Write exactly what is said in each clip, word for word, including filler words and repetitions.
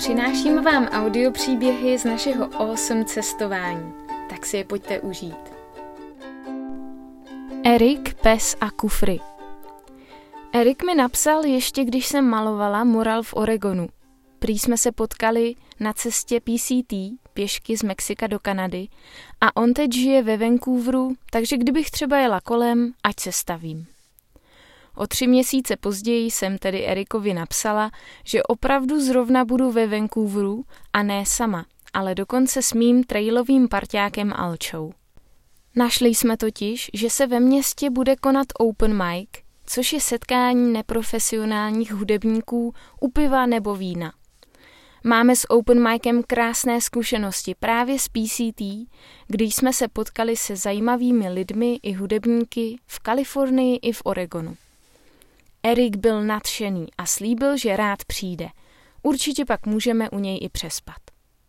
Přináším vám audiopříběhy z našeho awesome cestování. Tak si je pojďte užít. Erik, pes a kufry. Erik mi napsal ještě, když jsem malovala mural v Oregonu. Prý jsme se potkali na cestě P C T, pěšky z Mexika do Kanady, a on teď žije ve Vancouveru, takže kdybych třeba jela kolem, ať se stavím. O tři měsíce později jsem tedy Erikovi napsala, že opravdu zrovna budu ve Vancouveru a ne sama, ale dokonce s mým trailovým parťákem Alčou. Našli jsme totiž, že se ve městě bude konat open mic, což je setkání neprofesionálních hudebníků u piva nebo vína. Máme s open micem krásné zkušenosti právě z P C T, když jsme se potkali se zajímavými lidmi i hudebníky v Kalifornii i v Oregonu. Erik byl nadšený a slíbil, že rád přijde. Určitě pak můžeme u něj i přespat.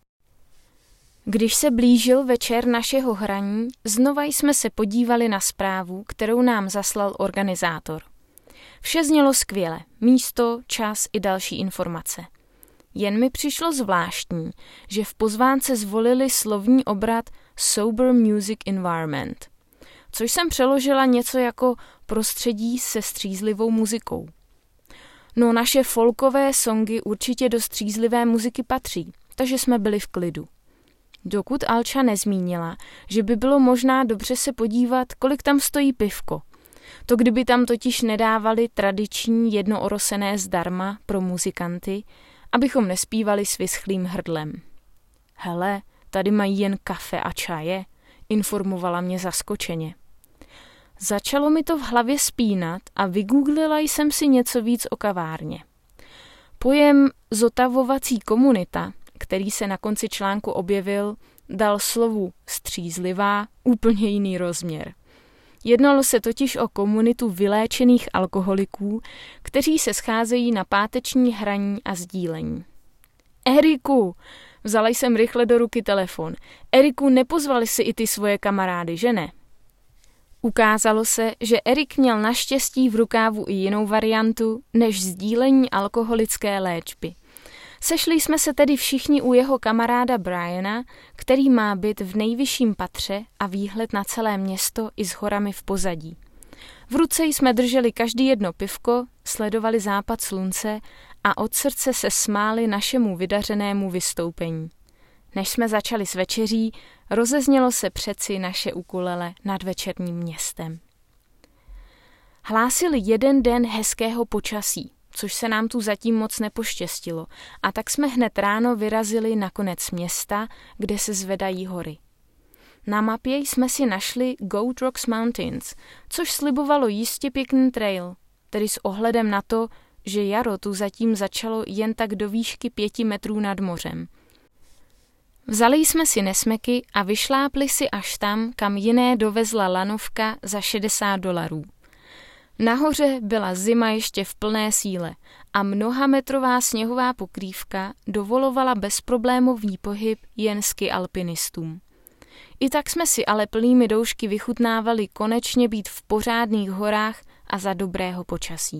Když se blížil večer našeho hraní, znova jsme se podívali na zprávu, kterou nám zaslal organizátor. Vše znělo skvěle, místo, čas i další informace. Jen mi přišlo zvláštní, že v pozvánce zvolili slovní obrat Sober Music Environment, což jsem přeložila něco jako prostředí se střízlivou muzikou. No, naše folkové songy určitě do střízlivé muziky patří, takže jsme byli v klidu. Dokud Alča nezmínila, že by bylo možná dobře se podívat, kolik tam stojí pivko. To kdyby tam totiž nedávali tradiční jednoorosené zdarma pro muzikanty, abychom nespívali s vyschlým hrdlem. Hele, tady mají jen kafe a čaje, informovala mě zaskočeně. Začalo mi to v hlavě spínat a vygooglila jsem si něco víc o kavárně. Pojem zotavovací komunita, který se na konci článku objevil, dal slovu střízlivá úplně jiný rozměr. Jednalo se totiž o komunitu vyléčených alkoholiků, kteří se scházejí na páteční hraní a sdílení. Eriku, vzala jsem rychle do ruky telefon. Eriku, nepozvali si i ty svoje kamarády, že ne? Ukázalo se, že Erik měl naštěstí v rukávu i jinou variantu než sdílení alkoholické léčby. Sešli jsme se tedy všichni u jeho kamaráda Briana, který má byt v nejvyšším patře a výhled na celé město i s horami v pozadí. V ruce jsme drželi každý jedno pivko, sledovali západ slunce a od srdce se smáli našemu vydařenému vystoupení. Než jsme začali s večeří, rozeznělo se přeci naše ukulele nad večerním městem. Hlásili jeden den hezkého počasí, což se nám tu zatím moc nepoštěstilo, a tak jsme hned ráno vyrazili na konec města, kde se zvedají hory. Na mapě jsme si našli Goat Rocks Mountains, což slibovalo jistě pěkný trail, tedy s ohledem na to, že jaro tu zatím začalo jen tak do výšky pěti metrů nad mořem. Vzali jsme si nesmeky a vyšlápli si až tam, kam jiné dovezla lanovka za šedesát dolarů. Nahoře byla zima ještě v plné síle a mnohametrová sněhová pokrývka dovolovala bezproblémový pohyb jen ski alpinistům. I tak jsme si ale plnými doušky vychutnávali konečně být v pořádných horách a za dobrého počasí.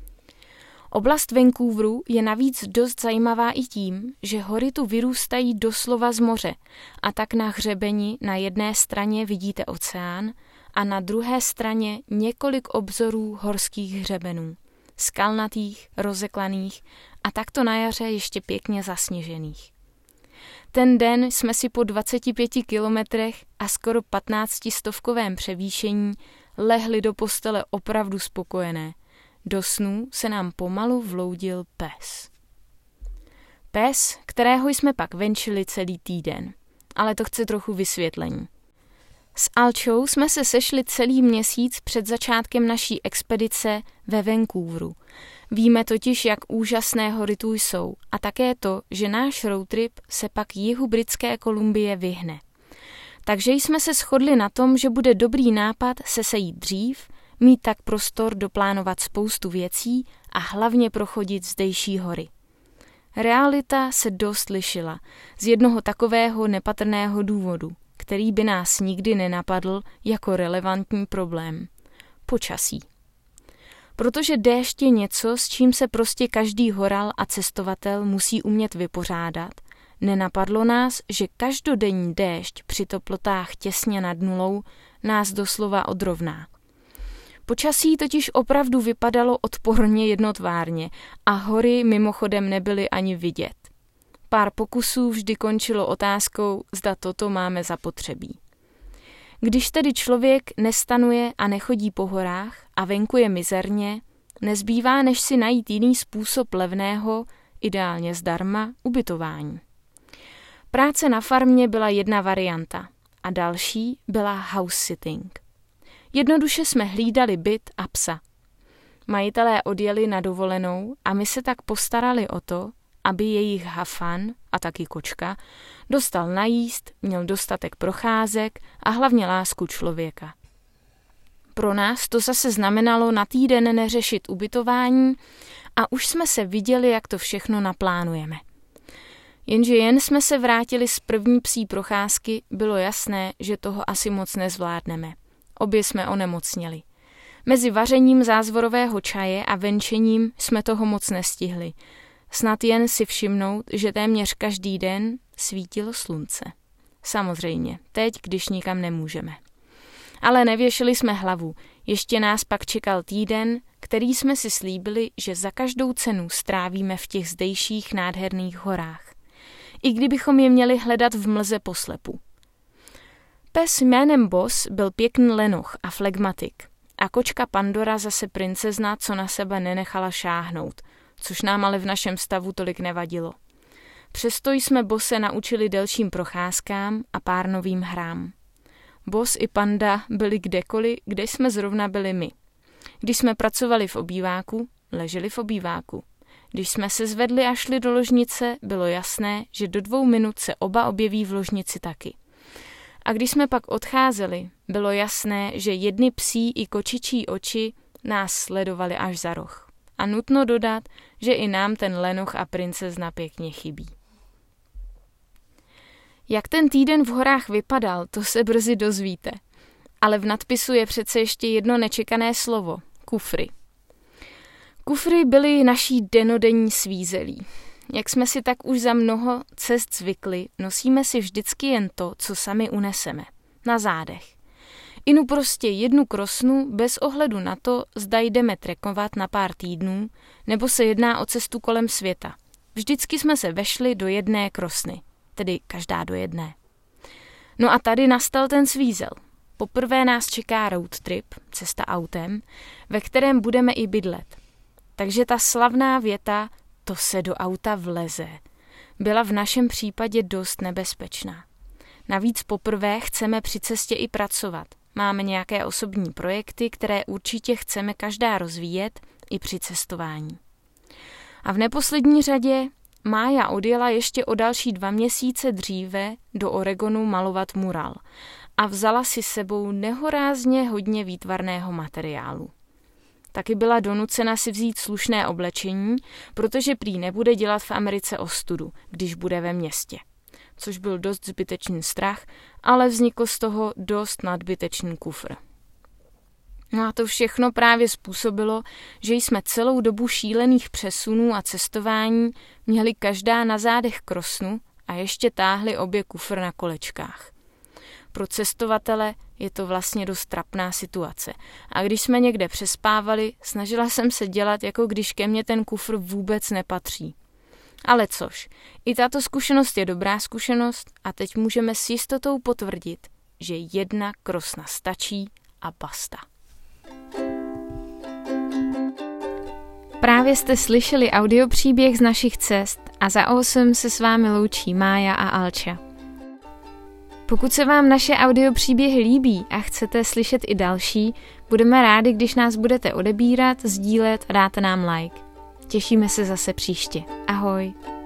Oblast Vancouveru je navíc dost zajímavá i tím, že hory tu vyrůstají doslova z moře a tak na hřebeni na jedné straně vidíte oceán a na druhé straně několik obzorů horských hřebenů, skalnatých, rozeklaných a takto na jaře ještě pěkně zasněžených. Ten den jsme si po dvaceti pěti kilometrech a skoro patnáctistovkovém převýšení lehli do postele opravdu spokojené. Do snů se nám pomalu vloudil pes. Pes, kterého jsme pak venčili celý týden, ale to chce trochu vysvětlení. S Alčou jsme se sešli celý měsíc před začátkem naší expedice ve Vancouveru. Víme totiž, jak úžasné hory tu jsou a také to, že náš roadtrip se pak jihu Britské Kolumbie vyhne. Takže jsme se shodli na tom, že bude dobrý nápad se sejít dřív, mít tak prostor doplánovat spoustu věcí a hlavně prochodit zdejší hory. Realita se dost lišila z jednoho takového nepatrného důvodu, který by nás nikdy nenapadl jako relevantní problém. Počasí. Protože déšť je něco, s čím se prostě každý horal a cestovatel musí umět vypořádat, nenapadlo nás, že každodenní déšť při teplotách těsně nad nulou nás doslova odrovná. Počasí totiž opravdu vypadalo odporně jednotvárně a hory mimochodem nebyly ani vidět. Pár pokusů vždy končilo otázkou, zda toto máme zapotřebí. Když tedy člověk nestanuje a nechodí po horách a venku je mizerně, nezbývá, než si najít jiný způsob levného, ideálně zdarma, ubytování. Práce na farmě byla jedna varianta a další byla house sitting. Jednoduše jsme hlídali byt a psa. Majitelé odjeli na dovolenou a my se tak postarali o to, aby jejich hafan, a taky kočka, dostal najíst, měl dostatek procházek a hlavně lásku člověka. Pro nás to zase znamenalo na týden neřešit ubytování a už jsme se viděli, jak to všechno naplánujeme. Jenže jen jsme se vrátili z první psí procházky, bylo jasné, že toho asi moc nezvládneme. Obě jsme onemocněli. Mezi vařením zázvorového čaje a venčením jsme toho moc nestihli. Snad jen si všimnout, že téměř každý den svítilo slunce. Samozřejmě, teď, když nikam nemůžeme. Ale nevěšili jsme hlavu, ještě nás pak čekal týden, který jsme si slíbili, že za každou cenu strávíme v těch zdejších nádherných horách. I kdybychom je měli hledat v mlze poslepu. Pes jménem Boss byl pěkný lenoch a flegmatik a kočka Pandora zase princezna, co na sebe nenechala šáhnout, což nám ale v našem stavu tolik nevadilo. Přesto jsme Bose naučili delším procházkám a pár novým hrám. Boss i Panda byli kdekoliv, kde jsme zrovna byli my. Když jsme pracovali v obýváku, leželi v obýváku. Když jsme se zvedli a šli do ložnice, bylo jasné, že do dvou minut se oba objeví v ložnici taky. A když jsme pak odcházeli, bylo jasné, že jedny psí i kočičí oči nás sledovali až za roh. A nutno dodat, že i nám ten lenoch a princezna pěkně chybí. Jak ten týden v horách vypadal, to se brzy dozvíte. Ale v nadpisu je přece ještě jedno nečekané slovo – kufry. Kufry byly naší denodenní svízelí. Jak jsme si tak už za mnoho cest zvykli, nosíme si vždycky jen to, co sami uneseme. Na zádech. Inu prostě jednu krosnu bez ohledu na to, zda jdeme trekovat na pár týdnů, nebo se jedná o cestu kolem světa. Vždycky jsme se vešli do jedné krosny, tedy každá do jedné. No a tady nastal ten svízel. Poprvé nás čeká road trip, cesta autem, ve kterém budeme i bydlet. Takže ta slavná věta, to se do auta vleze, byla v našem případě dost nebezpečná. Navíc poprvé chceme při cestě i pracovat. Máme nějaké osobní projekty, které určitě chceme každá rozvíjet i při cestování. A v neposlední řadě Mája odjela ještě o další dva měsíce dříve do Oregonu malovat mural a vzala si sebou nehorázně hodně výtvarného materiálu. Taky byla donucena si vzít slušné oblečení, protože prý nebude dělat v Americe ostudu, když bude ve městě. Což byl dost zbytečný strach, ale vznikl z toho dost nadbytečný kufr. No a to všechno právě způsobilo, že jsme celou dobu šílených přesunů a cestování měli každá na zádech krosnu a ještě táhli obě kufr na kolečkách. Pro cestovatele je to vlastně dost trapná situace. A když jsme někde přespávali, snažila jsem se dělat, jako když ke mně ten kufr vůbec nepatří. Ale což, i tato zkušenost je dobrá zkušenost a teď můžeme s jistotou potvrdit, že jedna krosna stačí a basta. Právě jste slyšeli audiopříběh z našich cest a za osm se s vámi loučí Mája a Alča. Pokud se vám naše audiopříběhy líbí a chcete slyšet i další, budeme rádi, když nás budete odebírat, sdílet a dáte nám like. Těšíme se zase příště. Ahoj.